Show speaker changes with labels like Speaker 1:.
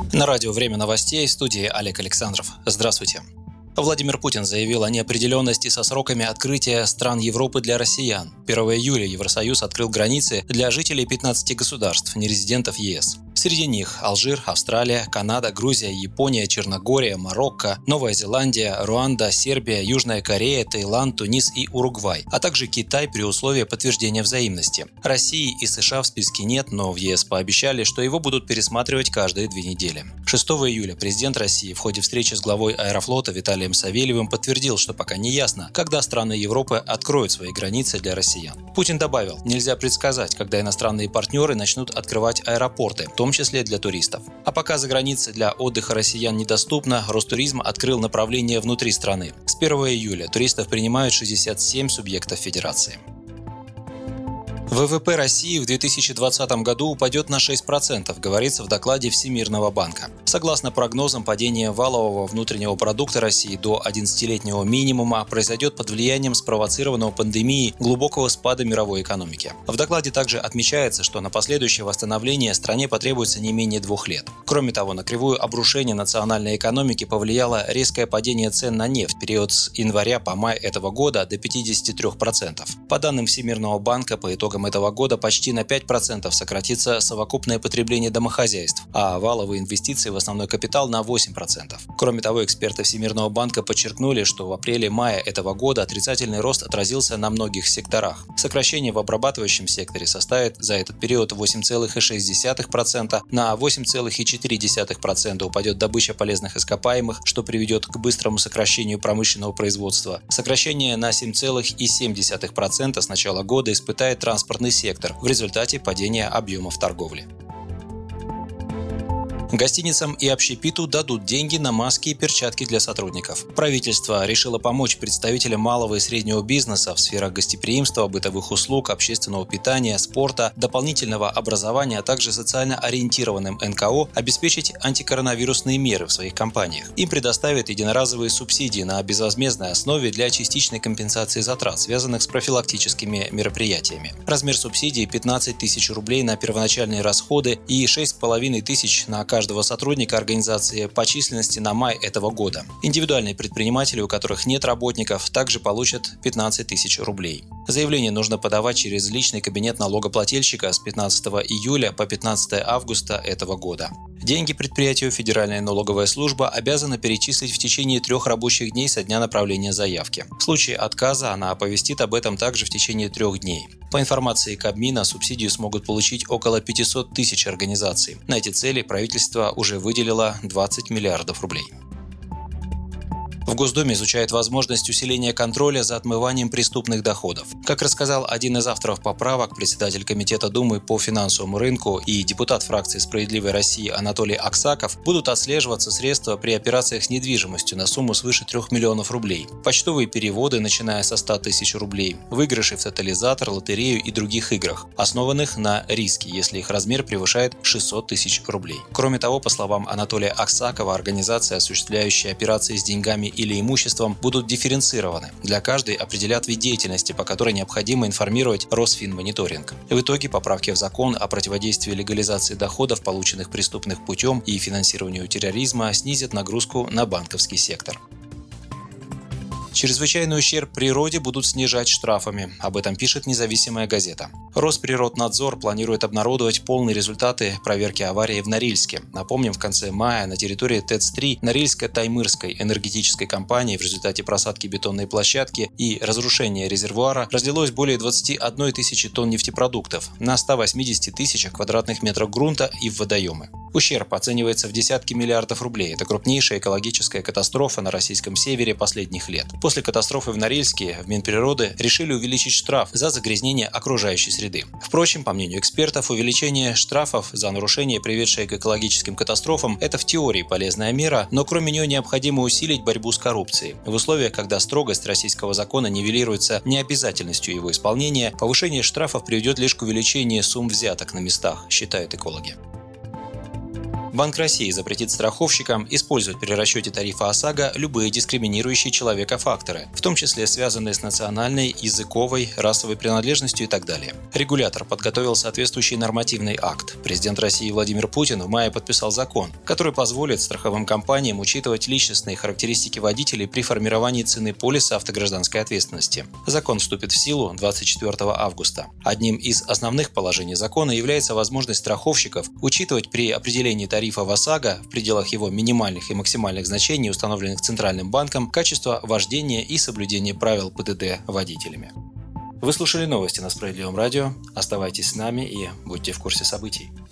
Speaker 1: На радио «Время новостей» в студии Олег Александров. Здравствуйте. Владимир Путин заявил о неопределенности со сроками открытия стран Европы для россиян. 1 июля Евросоюз открыл границы для жителей 15 государств, нерезидентов ЕС. Среди них Алжир, Австралия, Канада, Грузия, Япония, Черногория, Марокко, Новая Зеландия, Руанда, Сербия, Южная Корея, Таиланд, Тунис и Уругвай, а также Китай при условии подтверждения взаимности. России и США в списке нет, но в ЕС пообещали, что его будут пересматривать каждые 2 недели. 6 июля президент России в ходе встречи с главой Аэрофлота Виталием Савельевым подтвердил, что пока не ясно, когда страны Европы откроют свои границы для россиян. Путин добавил, нельзя предсказать, когда иностранные партнеры начнут открывать аэропорты, в том числе для туристов. А пока за границей для отдыха россиян недоступно, Ростуризм открыл направление внутри страны. С 1 июля туристов принимают 67 субъектов федерации. ВВП России в 2020 году упадет на 6%, говорится в докладе Всемирного банка. Согласно прогнозам, падение валового внутреннего продукта России до 11-летнего минимума произойдет под влиянием спровоцированного пандемией глубокого спада мировой экономики. В докладе также отмечается, что на последующее восстановление стране потребуется не менее 2 лет. Кроме того, на кривую обрушения национальной экономики повлияло резкое падение цен на нефть в период с января по май этого года до 53%. По данным Всемирного банка, по итогам этого года почти на 5% сократится совокупное потребление домохозяйств, а валовые инвестиции в основной капитал на 8%. Кроме того, эксперты Всемирного банка подчеркнули, что в апреле-мае этого года отрицательный рост отразился на многих секторах. Сокращение в обрабатывающем секторе составит за этот период 8,6%, на 8,4% упадет добыча полезных ископаемых, что приведет к быстрому сокращению промышленного производства. Сокращение на 7,7% с начала года испытает транспортный сектор в результате падения объемов торговли. Гостиницам и общепиту дадут деньги на маски и перчатки для сотрудников. Правительство решило помочь представителям малого и среднего бизнеса в сферах гостеприимства, бытовых услуг, общественного питания, спорта, дополнительного образования, а также социально ориентированным НКО обеспечить антикоронавирусные меры в своих компаниях. Им предоставят единоразовые субсидии на безвозмездной основе для частичной компенсации затрат, связанных с профилактическими мероприятиями. Размер субсидии 15 тысяч рублей на первоначальные расходы и 6,5 тысяч на каждого сотрудника организации по численности на май этого года. Индивидуальные предприниматели, у которых нет работников, также получат 15 тысяч рублей. Заявление нужно подавать через личный кабинет налогоплательщика с 15 июля по 15 августа этого года. Деньги предприятию Федеральная налоговая служба обязана перечислить в течение 3 рабочих дней со дня направления заявки. В случае отказа она оповестит об этом также в течение 3 дней. По информации Кабмина, субсидию смогут получить около 500 тысяч организаций. На эти цели правительство уже выделило 20 миллиардов рублей. В Госдуме изучают возможность усиления контроля за отмыванием преступных доходов. Как рассказал один из авторов поправок, председатель Комитета Думы по финансовому рынку и депутат фракции «Справедливой России» Анатолий Аксаков, будут отслеживаться средства при операциях с недвижимостью на сумму свыше 3 миллионов рублей, почтовые переводы, начиная со 100 тысяч рублей, выигрыши в тотализатор, лотерею и других играх, основанных на риске, если их размер превышает 600 тысяч рублей. Кроме того, по словам Анатолия Аксакова, организации, осуществляющие операции с деньгами или имуществом, будут дифференцированы. Для каждой определят вид деятельности, по которой необходимо информировать Росфинмониторинг. В итоге поправки в закон о противодействии легализации доходов, полученных преступным путем, и финансированию терроризма снизят нагрузку на банковский сектор. Чрезвычайный ущерб природе будут снижать штрафами. Об этом пишет независимая газета. Росприроднадзор планирует обнародовать полные результаты проверки аварии в Норильске. Напомним, в конце мая на территории ТЭЦ-3 Норильско-Таймырской энергетической компании в результате просадки бетонной площадки и разрушения резервуара разлилось более 21 тысячи тонн нефтепродуктов на 180 тысячах квадратных метров грунта и в водоемы. Ущерб оценивается в десятки миллиардов рублей. Это крупнейшая экологическая катастрофа на российском севере последних лет. После катастрофы в Норильске в Минприроды решили увеличить штраф за загрязнение окружающей среды. Впрочем, по мнению экспертов, увеличение штрафов за нарушения, приведшие к экологическим катастрофам, это в теории полезная мера, но кроме нее необходимо усилить борьбу с коррупцией. В условиях, когда строгость российского закона нивелируется необязательностью его исполнения, повышение штрафов приведет лишь к увеличению сумм взяток на местах, считают экологи. Банк России запретит страховщикам использовать при расчете тарифа ОСАГО любые дискриминирующие человека факторы, в том числе связанные с национальной, языковой, расовой принадлежностью и так далее. Регулятор подготовил соответствующий нормативный акт. Президент России Владимир Путин в мае подписал закон, который позволит страховым компаниям учитывать личностные характеристики водителей при формировании цены полиса автогражданской ответственности. Закон вступит в силу 24 августа. Одним из основных положений закона является возможность страховщиков учитывать при определении тарифа в ОСАГО в пределах его минимальных и максимальных значений, установленных Центральным банком, качество вождения и соблюдение правил ПДД водителями. Вы слушали новости на Справедливом радио. Оставайтесь с нами и будьте в курсе событий.